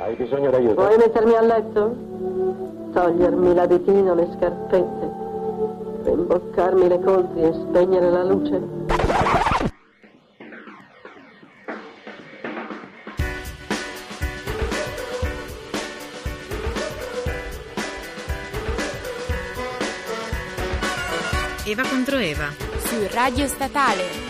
Hai bisogno d'aiuto? Vuoi mettermi a letto? Togliermi l'abitino, le scarpette, rimboccarmi le coltri e spegnere la luce? Eva contro Eva su Radio Statale.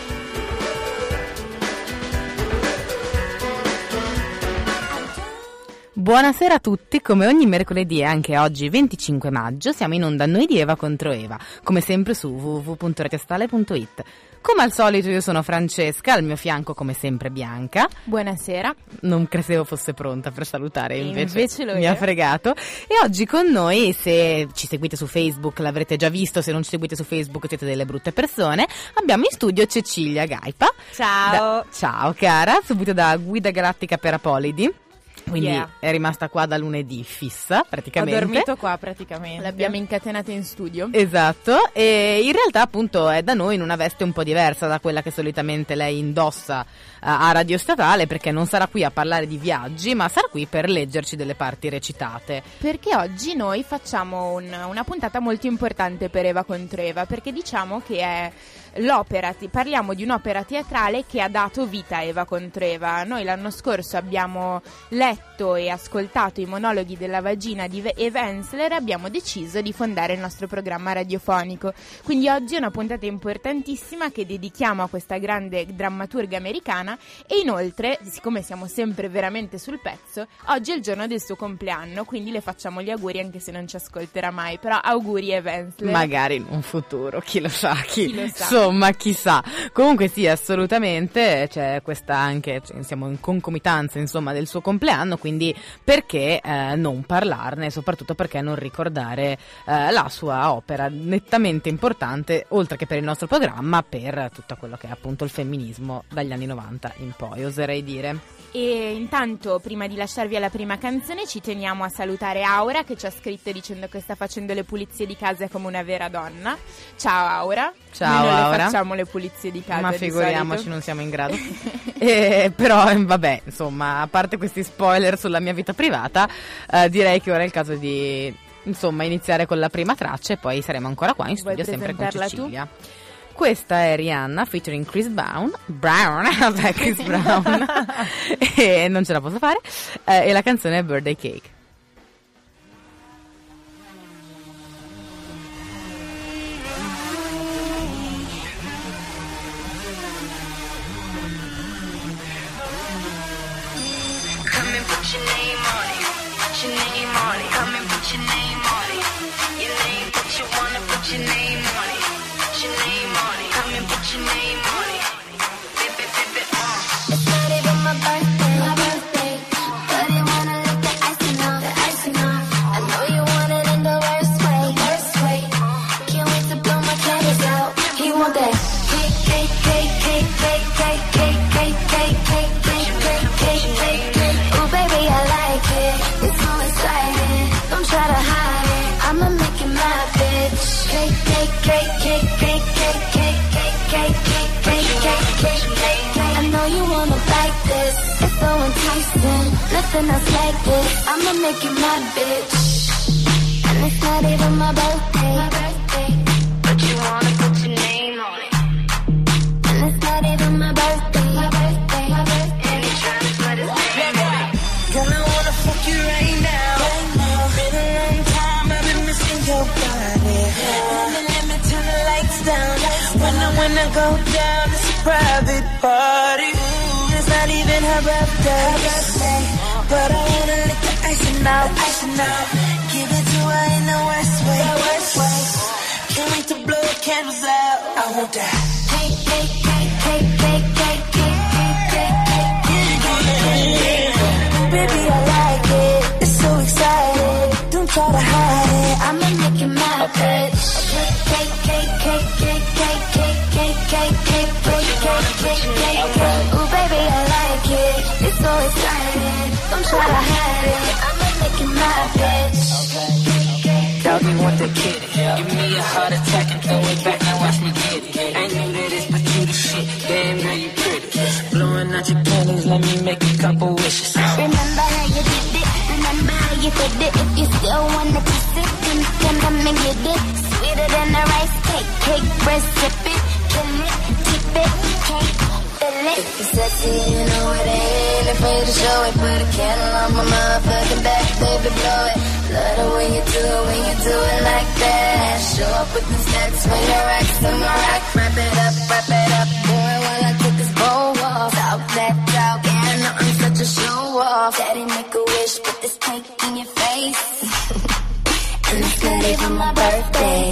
Buonasera a tutti, come ogni mercoledì e anche oggi 25 maggio siamo in onda noi di Eva contro Eva, come sempre su www.radiostatale.it. Come al solito io sono Francesca, al mio fianco come sempre Bianca. Buonasera. Non credevo fosse pronta per salutare, invece lo mi ha fregato. E oggi con noi, se ci seguite su Facebook l'avrete già visto, se non ci seguite su Facebook siete delle brutte persone, abbiamo in studio Cecilia Gaipa. Ciao. Ciao cara, subito da Guida Galattica per Apolidi. Quindi è rimasta qua da lunedì fissa praticamente. Ho dormito qua praticamente. L'abbiamo incatenata in studio. Esatto, e in realtà appunto è da noi in una veste un po' diversa da quella che solitamente lei indossa a Radio Statale, perché non sarà qui a parlare di viaggi ma sarà qui per leggerci delle parti recitate. Perché oggi noi facciamo una puntata molto importante per Eva contro Eva, perché diciamo che è l'opera, parliamo di un'opera teatrale che ha dato vita a Eva contro Eva. Noi l'anno scorso abbiamo letto e ascoltato i monologhi della vagina di Eva Ensler e abbiamo deciso di fondare il nostro programma radiofonico. Quindi oggi è una puntata importantissima che dedichiamo a questa grande drammaturga americana e inoltre, siccome siamo sempre veramente sul pezzo, oggi è il giorno del suo compleanno, quindi le facciamo gli auguri anche se non ci ascolterà mai, però auguri Eva Ensler. Magari in un futuro, chi lo sa, chi lo sa. Insomma, chissà. Comunque sì, assolutamente, c'è questa anche, siamo in concomitanza insomma del suo compleanno, quindi perché non parlarne, soprattutto perché non ricordare la sua opera nettamente importante, oltre che per il nostro programma, per tutto quello che è appunto il femminismo dagli anni 90 in poi, oserei dire. E intanto, prima di lasciarvi alla prima canzone, ci teniamo a salutare Aura, che ci ha scritto dicendo che sta facendo le pulizie di casa come una vera donna. Ciao Aura. Ciao Noi non Aura. le facciamo le pulizie di casa. Ma figuriamoci, non siamo in grado. Però vabbè, insomma, a parte questi spoiler sulla mia vita privata, direi che ora è il caso di insomma iniziare con la prima traccia e poi saremo ancora qua in studio sempre con Cecilia. Tu? Questa è Rihanna featuring Chris Brown, Chris Brown, e non ce la posso fare, e la canzone è Birthday Cake. Come and put your name on it, put your name on it, come and put your name on it, your name, but you wanna put your name on it. Your name on it, come and put your name on it. Baby, It's not even my birthday, but you wanna lick the icing off, I know you want it in the worst way. Can't wait to blow my candles out. He want that cake, cake, cake, cake, cake, cake, cake, cake, cake, cake, cake, cake, cake, cake. Ooh, baby, I like it. It's so exciting. Don't try to hide it. I'ma make you my bitch. Cake, cake, cake, cake, cake, cake, cake, cake, cake, cake, cake, cake, cake, cake. I know you wanna bite this. It's so enticing. Nothing else like this. I'ma make you my bitch. And it's not even my birthday. but you wanna put your name on it. And it's not even my birthday. And you're trying to put his name on it. Girl, I wanna fuck you right now. Been a long time, I've been missing your body. Let me turn the lights down. When I go down, it's a private party. It's not even her birthday, but I wanna lick the icing out. Give it to her in the worst way. Can't wait to blow the candles out. I want that. Cake, cake, cake, cake, cake, cake, cake, cake, cake, cake, cake. Baby, I like it. It's so exciting. Don't try to hide it. I'ma make you my bitch. Cake, cake, cake, cake, cake, cake, cake, cake, cake, cake, cake, cake, cake. Ooh, baby, I like it. It's so exciting. Don't try to hide it. I'ma make you my bitch. Tell me what the kid. Give me a heart attack and throw it back. Now watch me get it. I knew that it's but you the shit. Damn, girl, you pretty. Blowing out your panties, let me make a couple wishes. Remember how you did it? with it. If you still wanna taste it, then come and get it. Sweeter than a rice cake, cake recipe. Kill it, keep it, cake, fill it. If you're sexy, you know it, ain't afraid to show it. Put a candle on my motherfucking back, baby, blow it. Love the way you do it like that. Show up with the stats, swing the racks to my rack. Wrap it up, boy, while I kick this bowl off. Talk that talk, yeah, I know I'm such a show off. Daddy, make a wish, put this cake in your face. And it's not even my birthday.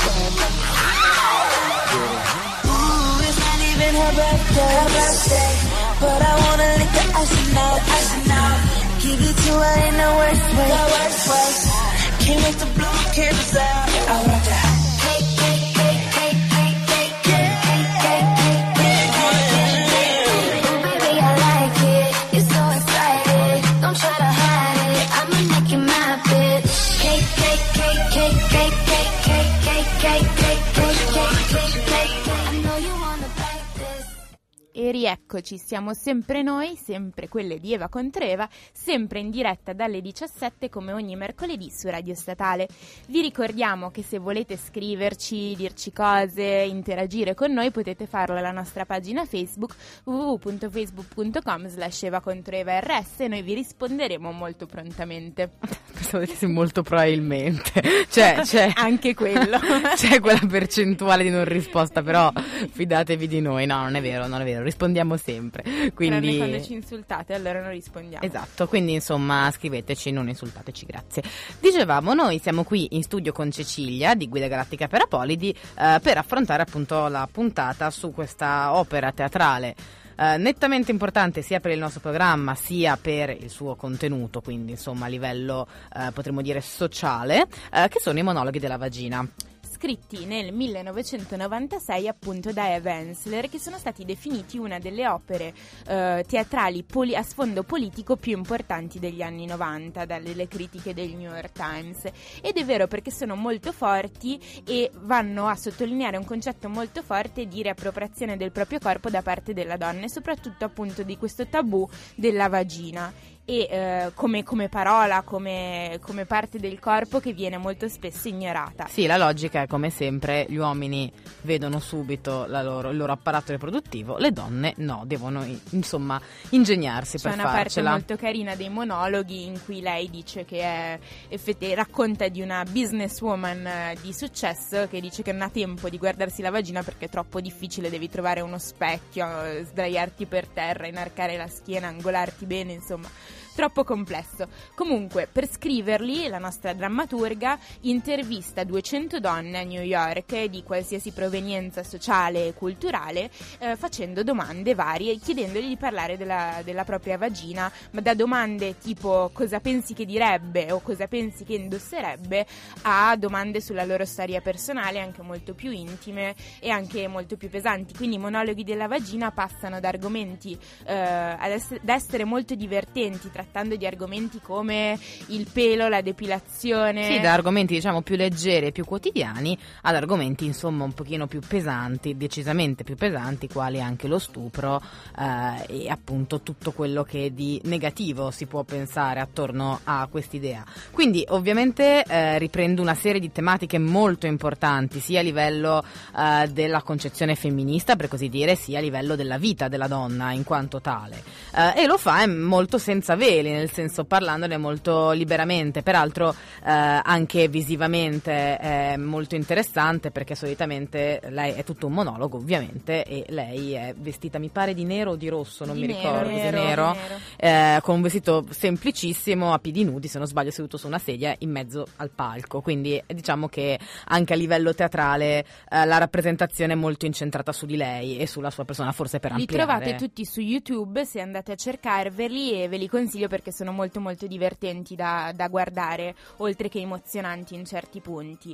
Ooh, it's not even her birthday. But I wanna lick the icing out. Give it to her in the worst way. Can't wait to blow candles out. I want that. Cake, cake, cake, cake, cake, cake, cake, cake, cake, cake, cake, cake. Oh, baby, I like it. You're so excited. Don't try to hide it. I'ma make you my bitch. Cake, cake, cake, cake, cake, cake, cake, cake, cake, cake, cake, cake, cake. I know you wanna bite this. E rieccoci, siamo sempre noi, sempre quelle di Eva contro Eva, sempre in diretta dalle 17 come ogni mercoledì su Radio Statale. Vi ricordiamo che se volete scriverci, dirci cose, interagire con noi potete farlo alla nostra pagina Facebook www.facebook.com/evacontroevaRS e noi vi risponderemo molto prontamente. Pensavo dicessi molto probabilmente. Cioè, Anche quello. c'è quella percentuale di non risposta, però fidatevi di noi. No, non è vero, rispondiamo sempre. Quindi Tranne quando ci insultate, allora non rispondiamo. esatto, quindi insomma scriveteci, non insultateci, grazie. Dicevamo, noi siamo qui in studio con Cecilia di Guida Galattica per Apolidi per affrontare appunto la puntata su questa opera teatrale nettamente importante sia per il nostro programma sia per il suo contenuto, quindi insomma a livello potremmo dire sociale, che sono i monologhi della vagina. Scritti nel 1996 appunto da Eva Ensler, che sono stati definiti una delle opere teatrali a sfondo politico più importanti degli anni 90 dalle critiche del New York Times. Ed è vero, perché sono molto forti e vanno a sottolineare un concetto molto forte di riappropriazione del proprio corpo da parte della donna e soprattutto appunto di questo tabù della vagina e come parola, come parte del corpo che viene molto spesso ignorata. Sì, la logica è come sempre, gli uomini vedono subito il loro apparato riproduttivo, le donne no, devono insomma ingegnarsi per farcela. C'è una parte molto carina dei monologhi in cui lei dice che racconta di una businesswoman di successo che dice che non ha tempo di guardarsi la vagina perché è troppo difficile, devi trovare uno specchio, sdraiarti per terra, inarcare la schiena, angolarti bene, insomma troppo complesso. Comunque, per scriverli, la nostra drammaturga intervista 200 donne a New York di qualsiasi provenienza sociale e culturale, facendo domande varie, chiedendogli di parlare della propria vagina, ma da domande tipo cosa pensi che direbbe o cosa pensi che indosserebbe, a domande sulla loro storia personale, anche molto più intime e anche molto più pesanti. Quindi i monologhi della vagina passano da argomenti da essere molto divertenti, trattando di argomenti come il pelo, la depilazione. Sì, da argomenti diciamo più leggeri e più quotidiani ad argomenti insomma un pochino più pesanti, decisamente più pesanti, quali anche lo stupro e appunto tutto quello che di negativo si può pensare attorno a quest'idea. Quindi ovviamente riprendo una serie di tematiche molto importanti sia a livello della concezione femminista, per così dire, sia a livello della vita della donna in quanto tale, e lo fa molto senza veli, nel senso parlandone molto liberamente. Peraltro anche visivamente è molto interessante perché solitamente lei è tutto un monologo ovviamente e lei è vestita mi pare di nero o di rosso, non mi ricordo, di nero. Con un vestito semplicissimo a piedi nudi, se non sbaglio seduto su una sedia in mezzo al palco, quindi diciamo che anche a livello teatrale la rappresentazione è molto incentrata su di lei e sulla sua persona, forse per ampliare. Li trovate tutti su YouTube se andate a cercarveli e ve li consiglio perché sono molto molto divertenti da guardare, oltre che emozionanti in certi punti.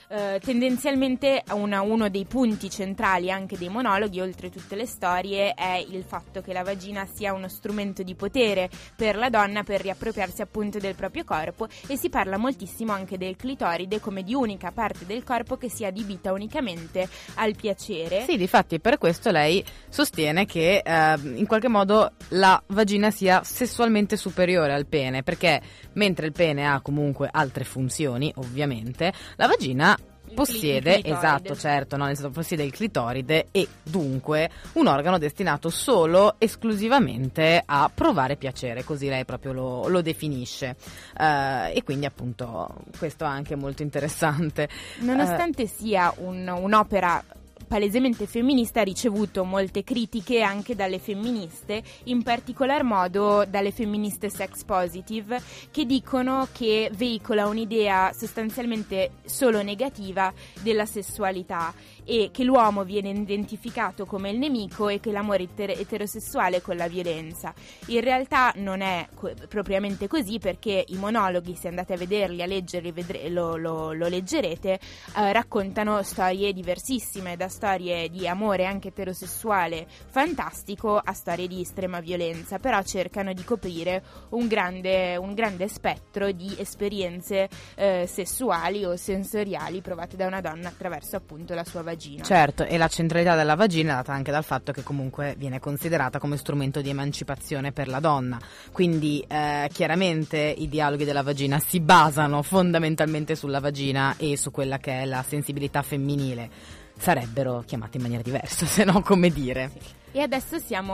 Tendenzialmente uno dei punti centrali anche dei monologhi, oltre tutte le storie, è il fatto che la vagina sia uno strumento di potere per la donna per riappropriarsi appunto del proprio corpo, e si parla moltissimo anche del clitoride come di unica parte del corpo che sia adibita unicamente al piacere. Sì, difatti per questo lei sostiene che in qualche modo la vagina sia sessualmente superiore al pene, perché mentre il pene ha comunque altre funzioni, ovviamente, la vagina possiede, il clitoride. esatto, certo, no, nel senso, possiede il clitoride e dunque un organo destinato solo esclusivamente a provare piacere, così lei proprio lo definisce, e quindi appunto questo è anche molto interessante. Nonostante sia un'opera palesemente femminista, ha ricevuto molte critiche anche dalle femministe, in particolar modo dalle femministe sex positive, che dicono che veicola un'idea sostanzialmente solo negativa della sessualità e che l'uomo viene identificato come il nemico e che l'amore eterosessuale è con la violenza. In realtà non è propriamente così, perché i monologhi, se andate a vederli, a leggerli, lo leggerete, raccontano storie diversissime, da storie di amore anche eterosessuale fantastico a storie di estrema violenza, però cercano di coprire un grande spettro di esperienze sessuali o sensoriali provate da una donna attraverso appunto la sua vagina. Certo, e la centralità della vagina è data anche dal fatto che comunque viene considerata come strumento di emancipazione per la donna, quindi chiaramente i dialoghi della vagina si basano fondamentalmente sulla vagina e su quella che è la sensibilità femminile. Sarebbero chiamati in maniera diversa, se no come dire. E adesso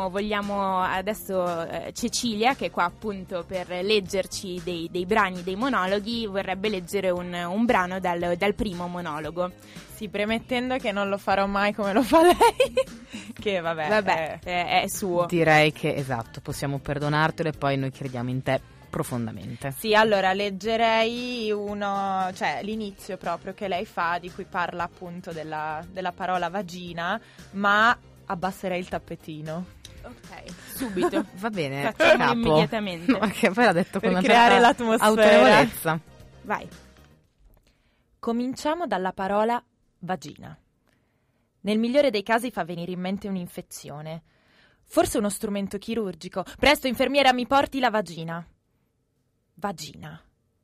Cecilia, che è qua appunto per leggerci dei brani, dei monologhi, vorrebbe leggere un brano dal primo monologo. Sì, premettendo che non lo farò mai come lo fa lei, che vabbè è suo. Direi che, esatto, possiamo perdonartelo e poi noi crediamo in te profondamente. Sì, allora leggerei l'inizio proprio che lei fa, di cui parla appunto della parola vagina, ma abbasserei il tappetino. Ok, subito. Va bene, Facciamo capo. immediatamente. No, che poi l'ha detto Per con una creare certa l'atmosfera. autorevolezza. Vai. Cominciamo dalla parola vagina. Nel migliore dei casi fa venire in mente un'infezione. Forse uno strumento chirurgico. Presto, infermiera, mi porti la vagina. Vagina.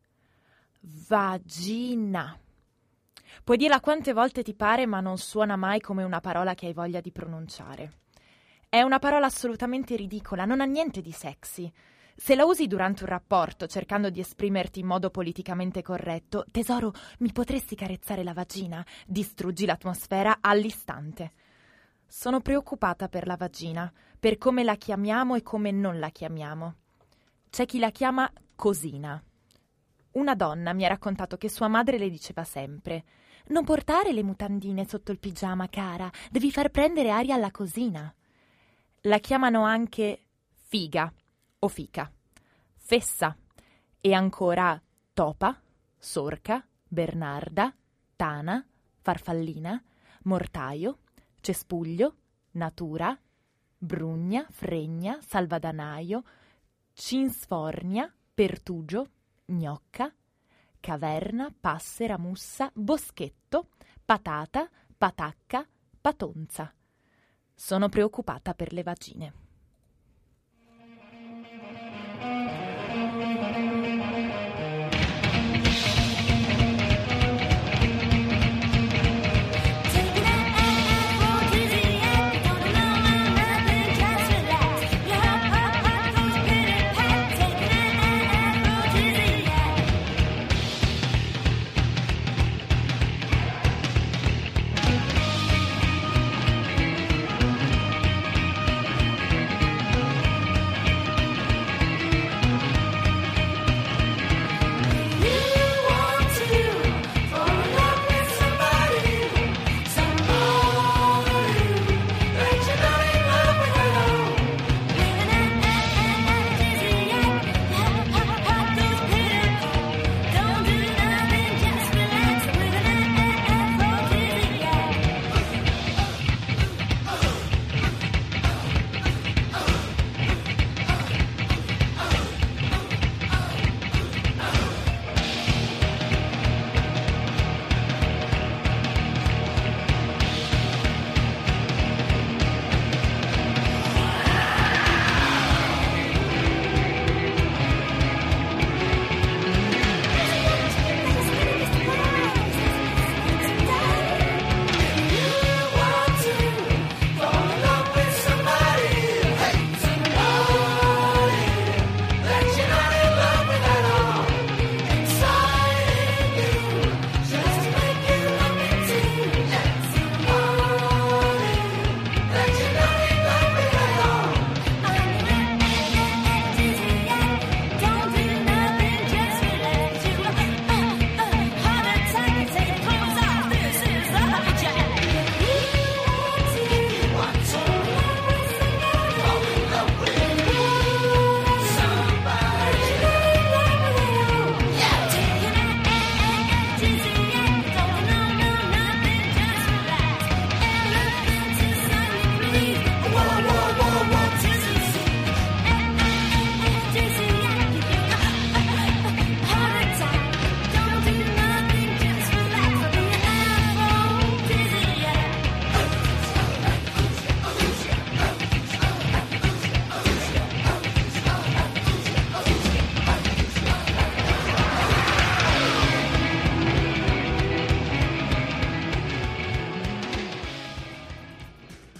Vagina. Puoi dirla quante volte ti pare, ma non suona mai come una parola che hai voglia di pronunciare. È una parola assolutamente ridicola, non ha niente di sexy. Se la usi durante un rapporto, cercando di esprimerti in modo politicamente corretto, tesoro, mi potresti carezzare la vagina? Distruggi l'atmosfera all'istante. Sono preoccupata per la vagina, per come la chiamiamo e come non la chiamiamo. C'è chi la chiama cosina. Una donna mi ha raccontato che sua madre le diceva sempre: non portare le mutandine sotto il pigiama, cara, devi far prendere aria alla cosina. La chiamano anche figa o fica, fessa e ancora topa, sorca, bernarda, tana, farfallina, mortaio, cespuglio, natura, brugna, fregna, salvadanaio, cinsfornia, pertugio, gnocca, caverna, passera, mussa, boschetto, patata, patacca, patonza. Sono preoccupata per le vagine.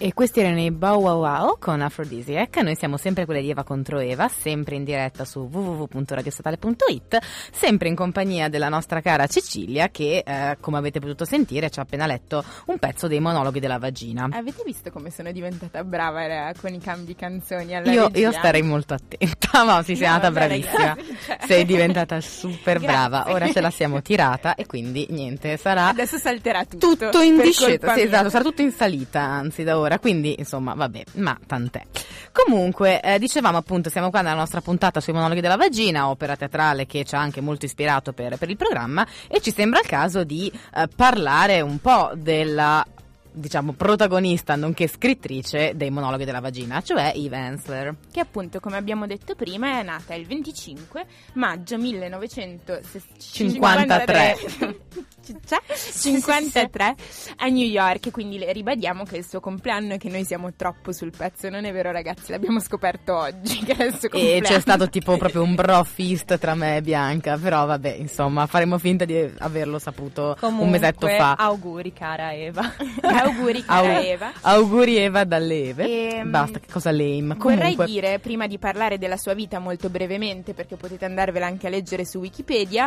E questi erano i Bow Wow Wow con Aphrodisiac. Noi siamo sempre quelle di Eva contro Eva, sempre in diretta su www.radiostatale.it, sempre in compagnia della nostra cara Cecilia che, come avete potuto sentire, ci ha appena letto un pezzo dei monologhi della vagina. Avete visto come sono diventata brava con i cambi canzoni alla Io regia? starei molto attenta, ma sei stata bravissima. Cioè. Sei diventata super Grazie. brava. Ora ce la siamo tirata e quindi niente, sarà Adesso salterà tutto. tutto in per discesa. colpa Sì, mia. esatto, sarà tutto in salita, anzi da ora. Quindi insomma vabbè, ma tant'è. Comunque dicevamo appunto, siamo qua nella nostra puntata sui monologhi della vagina, opera teatrale che ci ha anche molto ispirato per il programma, e ci sembra il caso di parlare un po' della, diciamo, protagonista nonché scrittrice dei monologhi della vagina, cioè Eve Ensler. Che appunto, come abbiamo detto prima, è nata il 25 maggio 1953 53 a New York, quindi le ribadiamo che è il suo compleanno e che noi siamo troppo sul pezzo. Non è vero, ragazzi, l'abbiamo scoperto oggi che è il suo compleanno. E c'è stato tipo proprio un bro fist tra me e Bianca, però vabbè, insomma, faremo finta di averlo saputo Comunque, un mesetto fa. auguri cara Eva. Auguri cara Eva. Auguri Eva dalle Eve. Basta, che cosa lame. Vorrei Comunque, dire, prima di parlare della sua vita molto brevemente, perché potete andarvela anche a leggere su Wikipedia,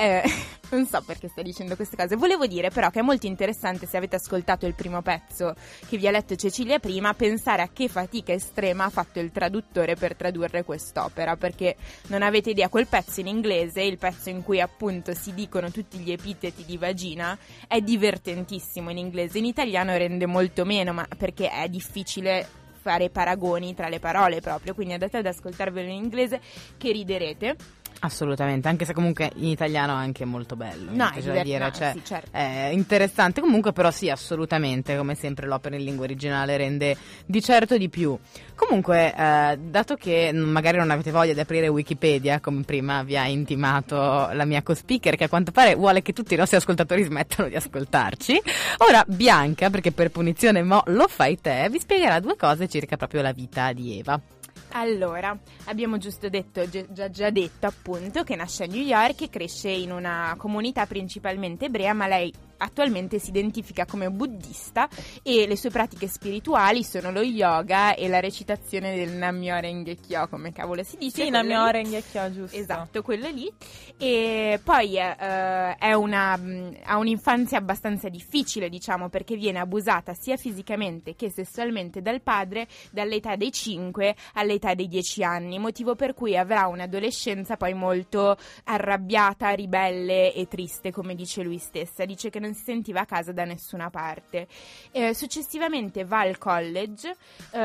non so perché sto dicendo queste cose, volevo dire però che è molto interessante, se avete ascoltato il primo pezzo che vi ha letto Cecilia prima, pensare a che fatica estrema ha fatto il traduttore per tradurre quest'opera, perché non avete idea, quel pezzo in inglese, il pezzo in cui appunto si dicono tutti gli epiteti di vagina, è divertentissimo in inglese, in italiano rende molto meno, ma perché è difficile fare paragoni tra le parole proprio, quindi andate ad ascoltarvelo in inglese che riderete. assolutamente, anche se comunque in italiano è anche molto bello. No, c'è è da dire, divertente, cioè, sì, certo. è interessante comunque, però sì, assolutamente, come sempre l'opera in lingua originale rende di certo di più. Comunque, dato che magari non avete voglia di aprire Wikipedia, come prima vi ha intimato la mia co-speaker, che a quanto pare vuole che tutti i nostri ascoltatori smettano di ascoltarci, ora Bianca, perché per punizione mo lo fai te, vi spiegherà due cose circa proprio la vita di Eva. Allora, abbiamo giusto detto, già detto appunto, che nasce a New York e cresce in una comunità principalmente ebrea, ma lei attualmente si identifica come buddista e le sue pratiche spirituali sono lo yoga e la recitazione del Nam-myoho Renge Kyo, come cavolo si dice? Sì, quello Nam-myoho lì. Renge Kyo, giusto. Esatto, quello lì. E poi ha un'infanzia abbastanza difficile, diciamo, perché viene abusata sia fisicamente che sessualmente dal padre dall'età dei 5 all'età dei 10 anni, motivo per cui avrà un'adolescenza poi molto arrabbiata, ribelle e triste, come dice lui stessa. Dice che non si sentiva a casa da nessuna parte. Successivamente va al college,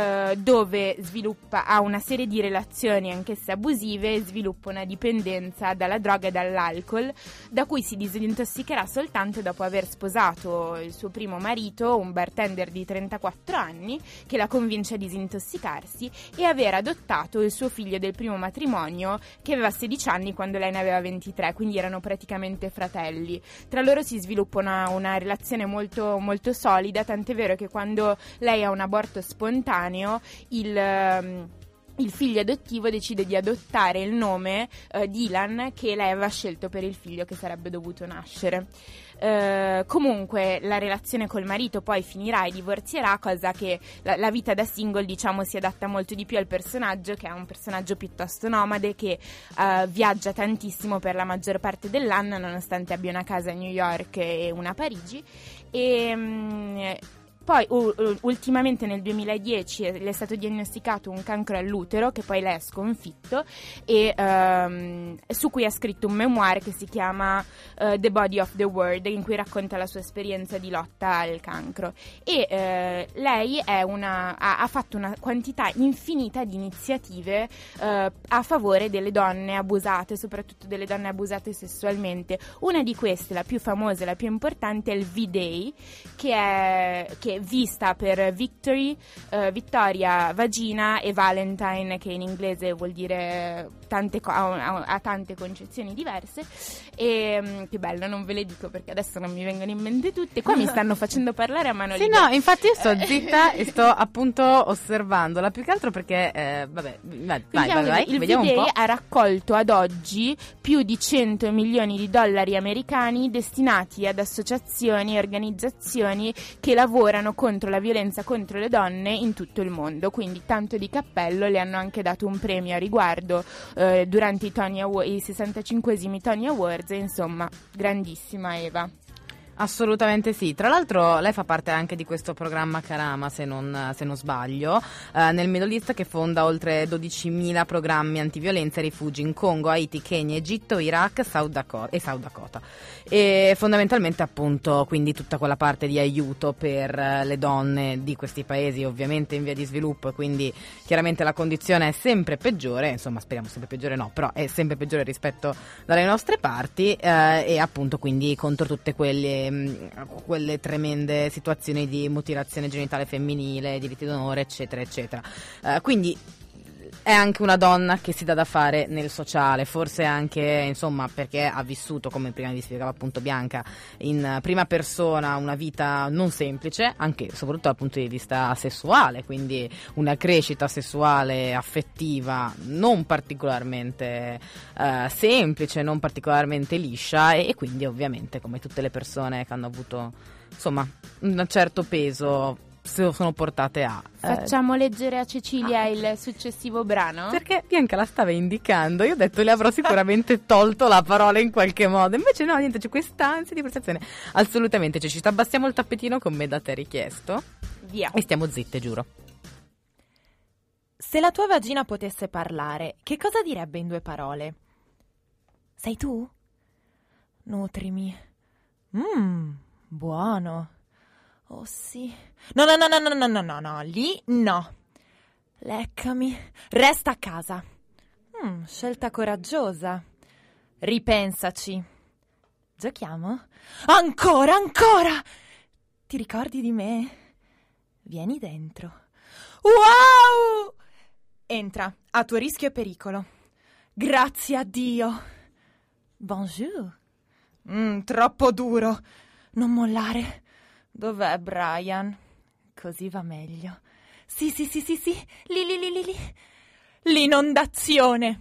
dove ha una serie di relazioni anch'esse abusive e sviluppa una dipendenza dalla droga e dall'alcol, da cui si disintossicherà soltanto dopo aver sposato il suo primo marito, un bartender di 34 anni, che la convince a disintossicarsi, e aver adottato il suo figlio del primo matrimonio, che aveva 16 anni quando lei ne aveva 23, quindi erano praticamente fratelli. Tra loro si sviluppa una relazione molto, molto solida, tant'è vero che quando lei ha un aborto spontaneo, il figlio adottivo decide di adottare il nome Dylan, che lei aveva scelto per il figlio che sarebbe dovuto nascere. Comunque la relazione col marito poi finirà e divorzierà, cosa che la vita da single, diciamo, si adatta molto di più al personaggio, che è un personaggio piuttosto nomade, che viaggia tantissimo per la maggior parte dell'anno, nonostante abbia una casa a New York e una a Parigi. Poi ultimamente nel 2010 le è stato diagnosticato un cancro all'utero, che poi lei ha sconfitto, e su cui ha scritto un memoir che si chiama The Body of the World, in cui racconta la sua esperienza di lotta al cancro. E lei ha fatto una quantità infinita di iniziative a favore delle donne abusate, soprattutto delle donne abusate sessualmente. Una di queste, la più famosa e la più importante, è il V-Day, che vista per Victory, Vittoria, Vagina, e Valentine, che in inglese vuol dire ha tante concezioni diverse. E che bello, non ve le dico perché adesso non mi vengono in mente tutte. Qua mi stanno facendo parlare a mano Sì, libera. no, infatti io sto zitta e sto appunto osservandola, più che altro perché vabbè, vai, il vediamo un V-Day po'. ha raccolto ad oggi più di 100 milioni di dollari americani destinati ad associazioni e organizzazioni che lavorano militano contro la violenza contro le donne in tutto il mondo, quindi tanto di cappello. Le hanno anche dato un premio a riguardo durante i 65esimi Tony Awards, insomma, grandissima Eva. Assolutamente sì, tra l'altro lei fa parte anche di questo programma Karama, se non sbaglio, nel Middle East, che fonda oltre 12.000 programmi antiviolenza e rifugi in Congo, Haiti, Kenya, Egitto, Iraq e South Dakota, e fondamentalmente appunto quindi tutta quella parte di aiuto per le donne di questi paesi, ovviamente in via di sviluppo, quindi chiaramente la condizione è sempre peggiore, insomma speriamo sempre peggiore, no, però è sempre peggiore rispetto dalle nostre parti, e appunto quindi contro tutte quelle tremende situazioni di mutilazione genitale femminile, diritti d'onore, eccetera eccetera. Quindi è anche una donna che si dà da fare nel sociale, forse anche, insomma, perché ha vissuto, come prima vi spiegava appunto Bianca, in prima persona una vita non semplice, anche soprattutto dal punto di vista sessuale, quindi una crescita sessuale affettiva non particolarmente semplice, non particolarmente liscia, e quindi ovviamente, come tutte le persone che hanno avuto insomma un certo peso, sono portate a... Facciamo leggere a Cecilia il successivo brano? Perché Bianca la stava indicando, io ho detto le avrò sicuramente tolto la parola in qualche modo, invece no, niente, c'è quest'ansia di prestazione. Assolutamente, ci abbassiamo il tappetino come da te richiesto. Via. E stiamo zitte, giuro. Se la tua vagina potesse parlare, che cosa direbbe in 2 parole? Sei tu? Nutrimi. Buono. Oh sì. No, lì no. Leccami. Resta a casa. Scelta coraggiosa. Ripensaci. Giochiamo? Ancora! Ti ricordi di me? Vieni dentro. Wow! Entra, a tuo rischio e pericolo. Grazie a Dio. Bonjour. Troppo duro. Non mollare. Dov'è Brian? Così va meglio. Sì. Lì. L'inondazione.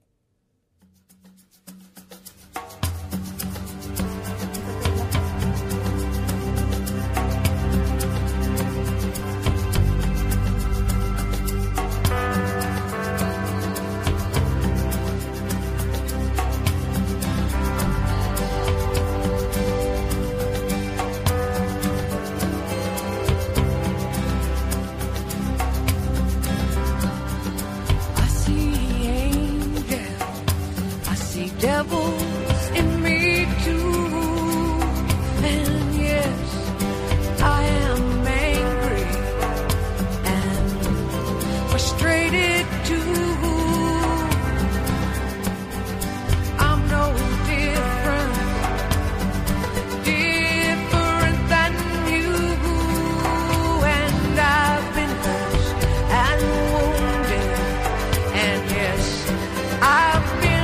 Devils in me too, and yes, I am angry and frustrated too. I'm no different than you, and I've been hurt and wounded, and yes, I've been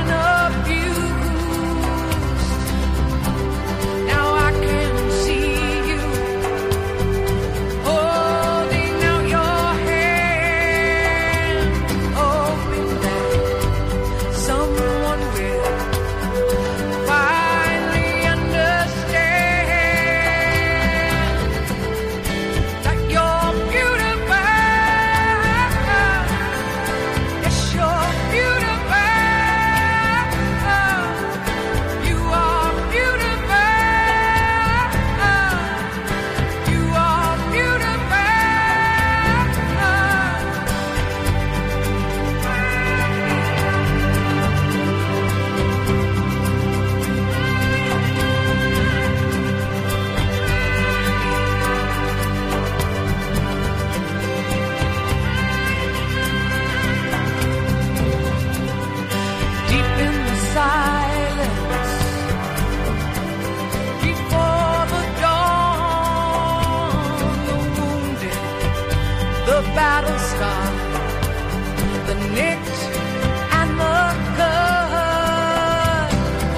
battle scar, the nicked and the cut.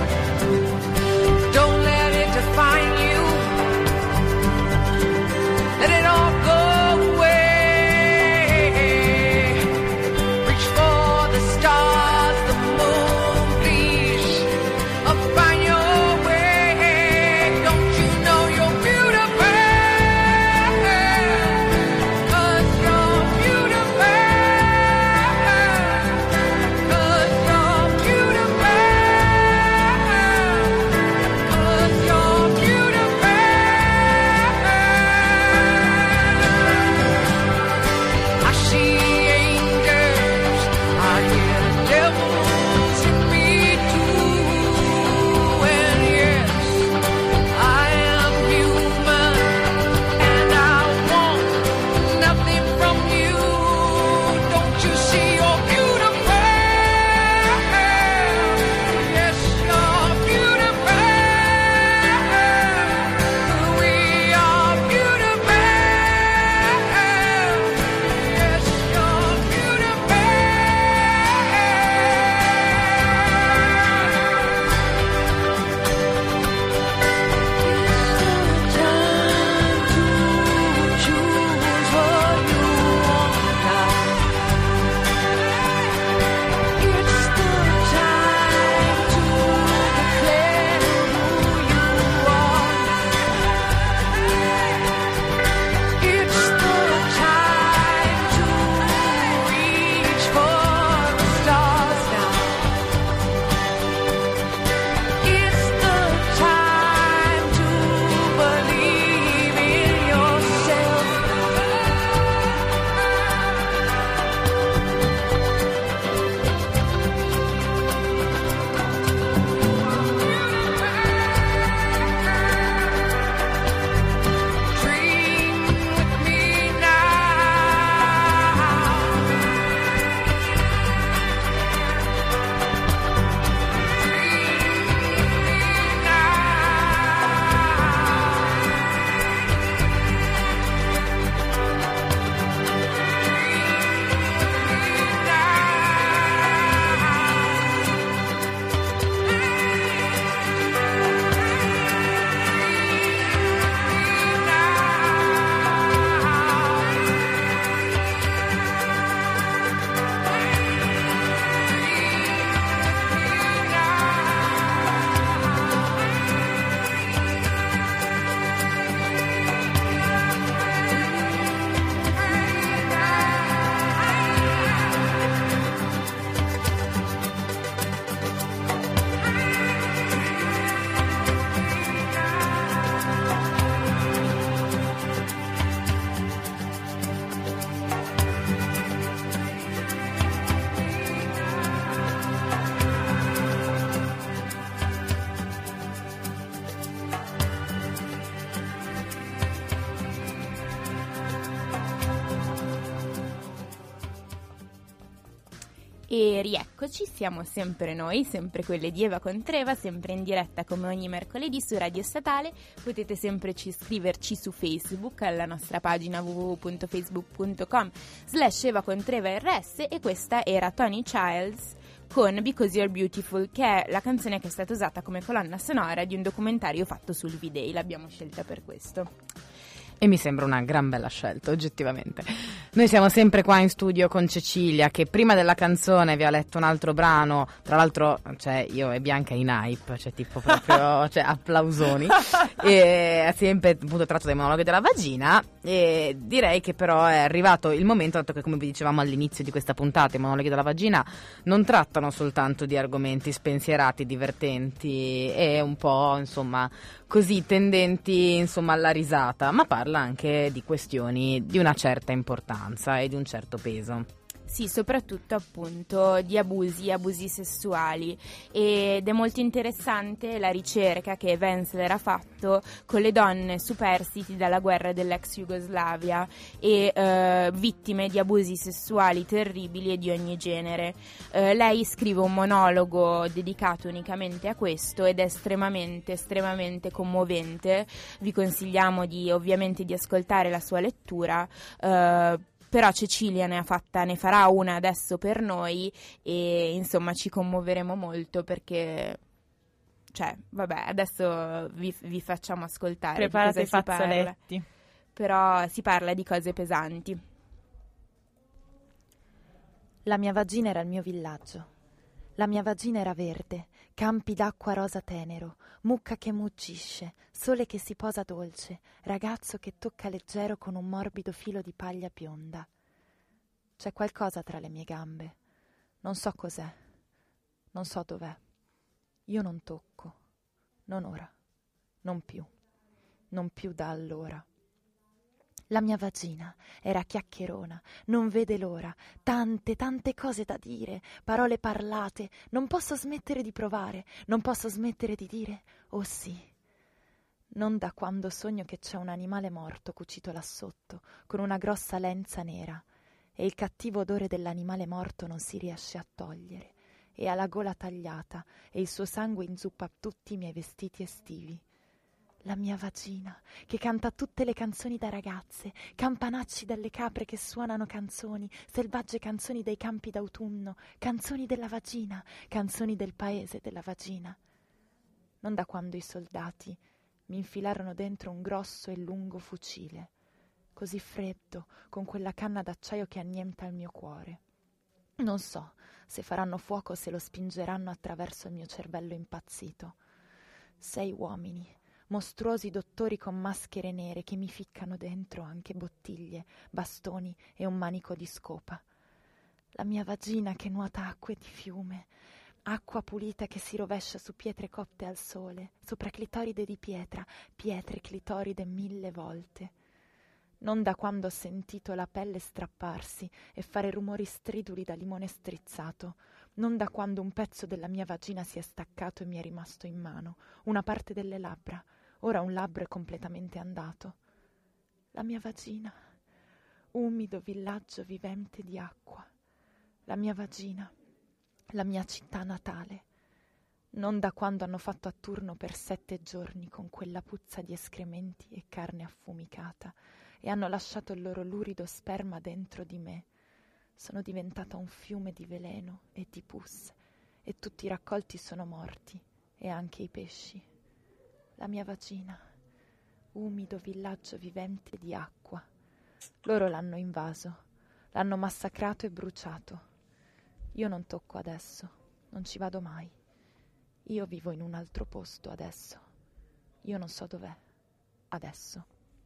Don't let it define you. Let it all go away. Reach for the stars, the moon, please. Find your way. Don't you know you're beautiful? E rieccoci, siamo sempre noi, sempre quelle di Eva Contreva, sempre in diretta come ogni mercoledì su Radio Statale. Potete sempre scriverci su Facebook alla nostra pagina www.facebook.com/evacontrevaRS, e questa era Tony Childs con Because You're Beautiful, che è la canzone che è stata usata come colonna sonora di un documentario fatto sul V-Day. L'abbiamo scelta per questo. E mi sembra una gran bella scelta, oggettivamente. Noi siamo sempre qua in studio con Cecilia, che prima della canzone vi ha letto un altro brano, tra l'altro, cioè, io e Bianca in hype, cioè tipo proprio, cioè, applausoni, e sempre appunto tratto dai monologhi della vagina, e direi che però è arrivato il momento, dato che, come vi dicevamo all'inizio di questa puntata, i monologhi della vagina non trattano soltanto di argomenti spensierati, divertenti e un po', insomma, così tendenti, insomma, alla risata, ma parla anche di questioni di una certa importanza e di un certo peso. Sì, soprattutto appunto di abusi sessuali, ed è molto interessante la ricerca che Wenzler ha fatto con le donne superstiti dalla guerra dell'ex Jugoslavia e vittime di abusi sessuali terribili e di ogni genere. Lei scrive un monologo dedicato unicamente a questo ed è estremamente commovente. Vi consigliamo ovviamente di ascoltare la sua lettura. Però Cecilia ne farà una adesso per noi, e insomma ci commuoveremo molto perché, cioè, vabbè, adesso vi facciamo ascoltare. Preparate di cosa i fazzoletti. Però si parla di cose pesanti. La mia vagina era il mio villaggio. La mia vagina era verde, campi d'acqua rosa tenero, mucca che muggisce, sole che si posa dolce, ragazzo che tocca leggero con un morbido filo di paglia bionda. C'è qualcosa tra le mie gambe. Non so cos'è. Non so dov'è. Io non tocco. Non ora. Non più. Non più da allora. La mia vagina era chiacchierona, non vede l'ora, tante cose da dire, parole parlate, non posso smettere di provare, non posso smettere di dire, oh sì. Non da quando sogno che c'è un animale morto cucito là sotto, con una grossa lenza nera, e il cattivo odore dell'animale morto non si riesce a togliere, e ha la gola tagliata, e il suo sangue inzuppa tutti i miei vestiti estivi. La mia vagina, che canta tutte le canzoni da ragazze, campanacci delle capre che suonano canzoni, selvagge canzoni dei campi d'autunno, canzoni della vagina, canzoni del paese della vagina. Non da quando i soldati mi infilarono dentro un grosso e lungo fucile, così freddo, con quella canna d'acciaio che annienta il mio cuore. Non so se faranno fuoco o se lo spingeranno attraverso il mio cervello impazzito. 6 uomini, mostruosi dottori con maschere nere che mi ficcano dentro anche bottiglie, bastoni e un manico di scopa. La mia vagina che nuota acque di fiume, acqua pulita che si rovescia su pietre cotte al sole, sopra clitoride di pietra, pietre clitoride 1000 volte. Non da quando ho sentito la pelle strapparsi e fare rumori striduli da limone strizzato, non da quando un pezzo della mia vagina si è staccato e mi è rimasto in mano, una parte delle labbra. Ora un labbro è completamente andato. La mia vagina, umido villaggio vivente di acqua. La mia vagina, la mia città natale. Non da quando hanno fatto a turno per 7 giorni con quella puzza di escrementi e carne affumicata e hanno lasciato il loro lurido sperma dentro di me. Sono diventata un fiume di veleno e di pus, e tutti i raccolti sono morti, e anche i pesci. La mia vagina, umido villaggio vivente di acqua. Loro l'hanno invaso, l'hanno massacrato e bruciato. Io non tocco adesso, non ci vado mai. Io vivo in un altro posto adesso. Io non so dov'è adesso.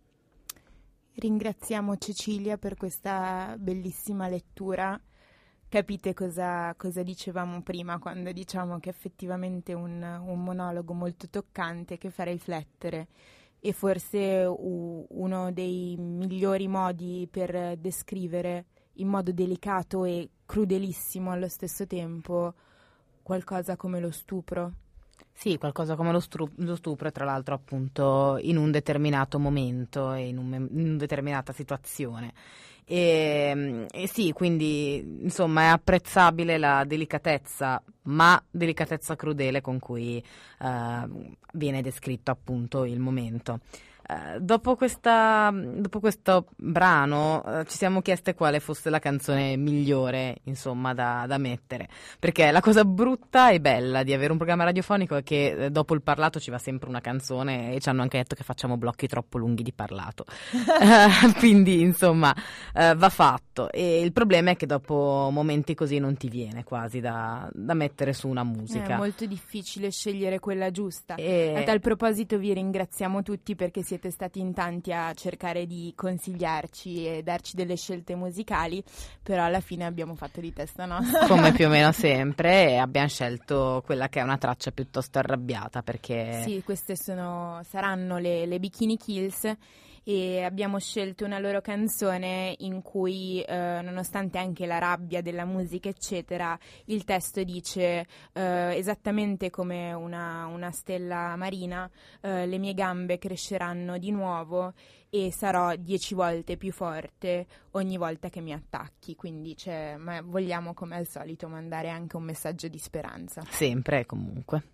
Ringraziamo Cecilia per questa bellissima lettura. Capite cosa dicevamo prima quando diciamo che effettivamente un monologo molto toccante che fa riflettere, e forse uno dei migliori modi per descrivere in modo delicato e crudelissimo allo stesso tempo qualcosa come lo stupro. Sì, qualcosa come lo stupro, e tra l'altro appunto in un determinato momento e in una determinata situazione. E sì, quindi insomma è apprezzabile la delicatezza, ma delicatezza crudele con cui viene descritto appunto il momento. Dopo questo brano ci siamo chieste quale fosse la canzone migliore, insomma, da mettere, perché la cosa brutta e bella di avere un programma radiofonico è che dopo il parlato ci va sempre una canzone, e ci hanno anche detto che facciamo blocchi troppo lunghi di parlato. Quindi insomma va fatto, e il problema è che dopo momenti così non ti viene quasi da mettere su una musica. È molto difficile scegliere quella giusta. A tal proposito vi ringraziamo tutti perché siete stati in tanti a cercare di consigliarci e darci delle scelte musicali, però alla fine abbiamo fatto di testa nostra. Come più o meno sempre, e abbiamo scelto quella che è una traccia piuttosto arrabbiata, perché... Sì, queste saranno le Bikini Kills, e abbiamo scelto una loro canzone in cui nonostante anche la rabbia della musica eccetera, il testo dice esattamente come una stella marina, le mie gambe cresceranno di nuovo e sarò 10 volte più forte ogni volta che mi attacchi. Quindi ma vogliamo come al solito mandare anche un messaggio di speranza. Sempre e comunque.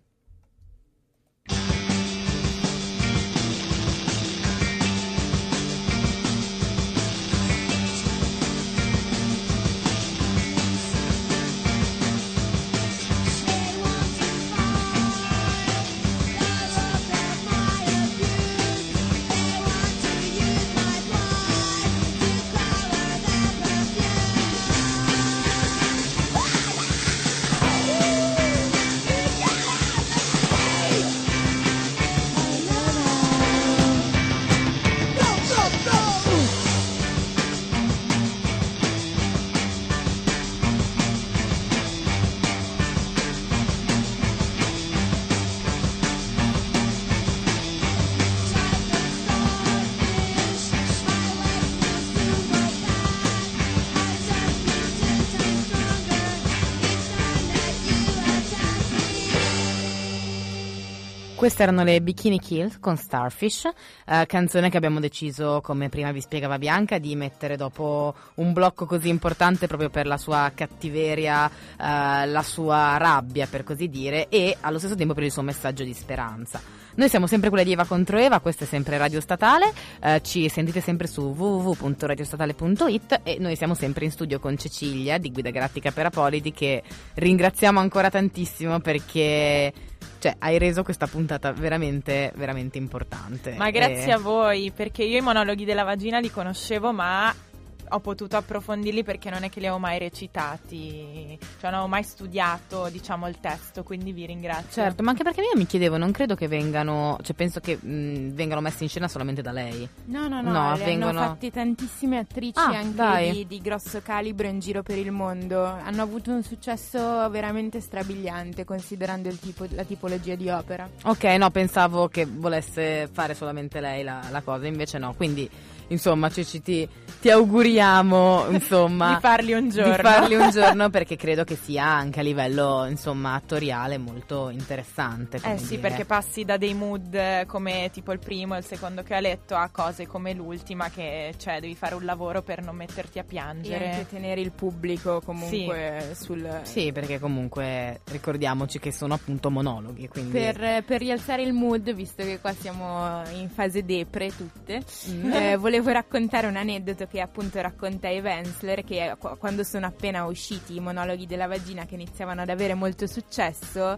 Queste erano le Bikini Kills con Starfish, canzone che abbiamo deciso, come prima vi spiegava Bianca, di mettere dopo un blocco così importante proprio per la sua cattiveria, la sua rabbia per così dire, e allo stesso tempo per il suo messaggio di speranza. Noi siamo sempre quelle di Eva contro Eva, questo è sempre Radio Statale, ci sentite sempre su www.radiostatale.it, e noi siamo sempre in studio con Cecilia di Guida Galattica per Apolidi, che ringraziamo ancora tantissimo perché... hai reso questa puntata veramente, veramente importante. Ma grazie a voi, perché io i monologhi della vagina li conoscevo, ma ho potuto approfondirli perché non è che li avevo mai recitati, non avevo mai studiato, il testo, quindi vi ringrazio. Certo, ma anche perché io mi chiedevo, non credo che vengano, penso che vengano messi in scena solamente da lei. No, hanno fatti tantissime attrici anche di grosso calibro in giro per il mondo. Hanno avuto un successo veramente strabiliante considerando la tipologia di opera. Ok, no, pensavo che volesse fare solamente lei la cosa, invece no, quindi insomma Ceci, ti auguriamo insomma di farli un giorno perché credo che sia anche a livello insomma attoriale molto interessante. Sì, perché passi da dei mood come tipo il primo e il secondo che hai letto a cose come l'ultima che devi fare un lavoro per non metterti a piangere e anche tenere il pubblico comunque sì, perché comunque ricordiamoci che sono appunto monologhi, quindi per rialzare il mood, visto che qua siamo in fase depre tutte, volevo raccontare un aneddoto che appunto racconta Eva Ensler, che quando sono appena usciti i monologhi della vagina che iniziavano ad avere molto successo,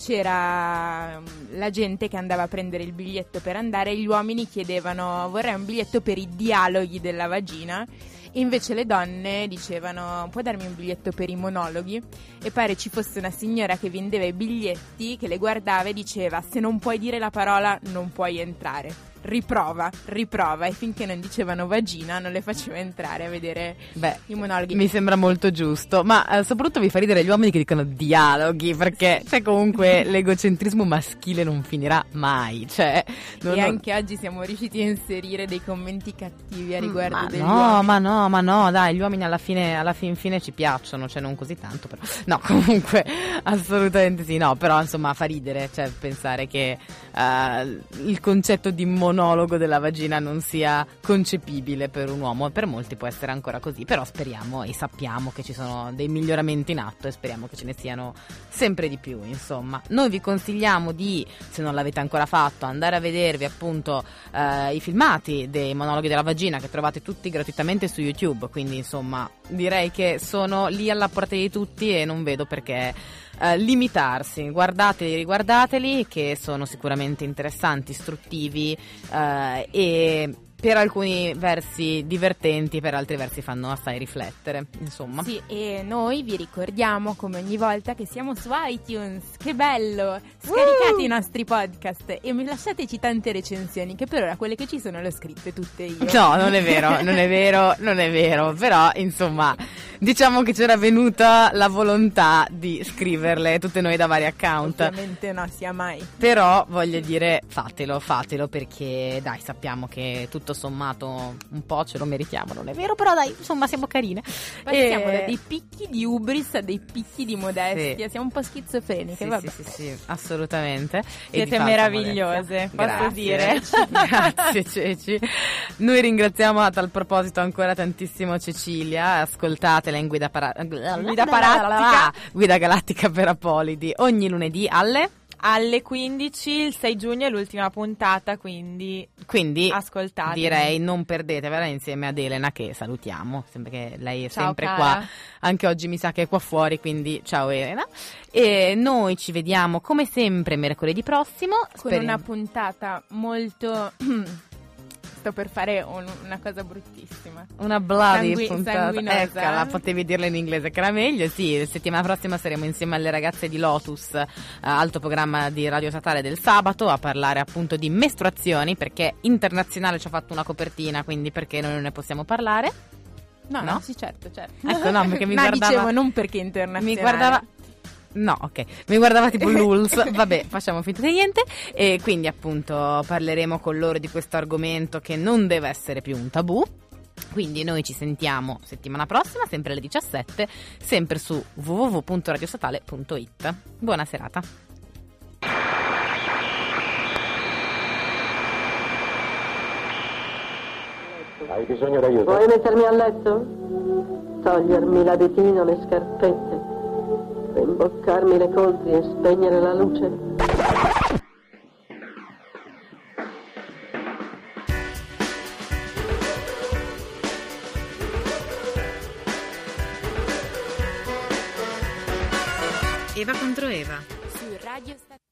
c'era la gente che andava a prendere il biglietto per andare e gli uomini chiedevano: vorrei un biglietto per i dialoghi della vagina. E invece le donne dicevano: puoi darmi un biglietto per i monologhi? E pare ci fosse una signora che vendeva i biglietti, che le guardava e diceva: se non puoi dire la parola non puoi entrare. riprova e finché non dicevano vagina non le faceva entrare a vedere i monologhi. Mi sembra molto giusto, ma soprattutto mi fa ridere gli uomini che dicono dialoghi, perché cioè comunque l'egocentrismo maschile non finirà mai, cioè anche oggi siamo riusciti a inserire dei commenti cattivi a riguardo degli uomini. uomini. ma no, dai, gli uomini alla fine ci piacciono, cioè non così tanto però. No, comunque assolutamente sì, no, però insomma fa ridere, cioè pensare che il concetto di monologo della vagina non sia concepibile per un uomo, e per molti può essere ancora così, però speriamo e sappiamo che ci sono dei miglioramenti in atto e speriamo che ce ne siano sempre di più, insomma. Noi vi consigliamo di, se non l'avete ancora fatto, andare a vedervi appunto i filmati dei monologhi della vagina che trovate tutti gratuitamente su YouTube, quindi insomma direi che sono lì alla portata di tutti e non vedo perché limitarsi. Guardateli, riguardateli, che sono sicuramente interessanti, istruttivi e per alcuni versi divertenti, per altri versi fanno assai riflettere, insomma. Sì, e noi vi ricordiamo come ogni volta che siamo su iTunes, che bello! Scaricate i nostri podcast e lasciateci tante recensioni, che per ora quelle che ci sono le ho scritte tutte io. No, non è vero, però insomma diciamo che c'era venuta la volontà di scriverle tutte noi da vari account. Ovviamente no, sia mai. Però voglio dire, fatelo perché dai, sappiamo che tutto sommato un po' ce lo meritiamo, non è vero? Però dai, insomma siamo carine. Passiamo da dei picchi di ubris a dei picchi di modestia, sì. Siamo un po' schizofreniche, vabbè. Sì, assolutamente. Siete meravigliose, posso dire. Grazie Ceci. Noi ringraziamo a tal proposito ancora tantissimo Cecilia, ascoltatela in Guida Galattica per Apolidi ogni lunedì alle 15, il 6 giugno è l'ultima puntata, quindi ascoltate. Direi non perdetevela insieme ad Elena, che salutiamo, sembra che lei è ciao, sempre cara. qua, anche oggi mi sa che è qua fuori, quindi ciao Elena. E noi ci vediamo come sempre mercoledì prossimo con una puntata molto sto per fare una cosa bruttissima, una bloody puntata, sanguinosa. Eccola, potevi dirla in inglese che era meglio. Sì, settimana prossima saremo insieme alle ragazze di Lotus, alto programma di Radio Statale del sabato, a parlare appunto di mestruazioni, perché Internazionale ci ha fatto una copertina, quindi perché noi non ne possiamo parlare? No, sì, certo. Ecco, no, perché mi no, guardava, dicevo non perché Internazionale, mi guardava. No, ok, mi guardava tipo l'ULS, vabbè, facciamo finta di niente. E quindi appunto parleremo con loro di questo argomento che non deve essere più un tabù. Quindi noi ci sentiamo settimana prossima, sempre alle 17, sempre su www.radiostatale.it. Buona serata. Hai bisogno d'aiuto? Vuoi mettermi a letto? Togliermi l'abitino, le scarpette, rimboccarmi le coltri e spegnere la luce? Eva contro Eva. Su Radio Statale.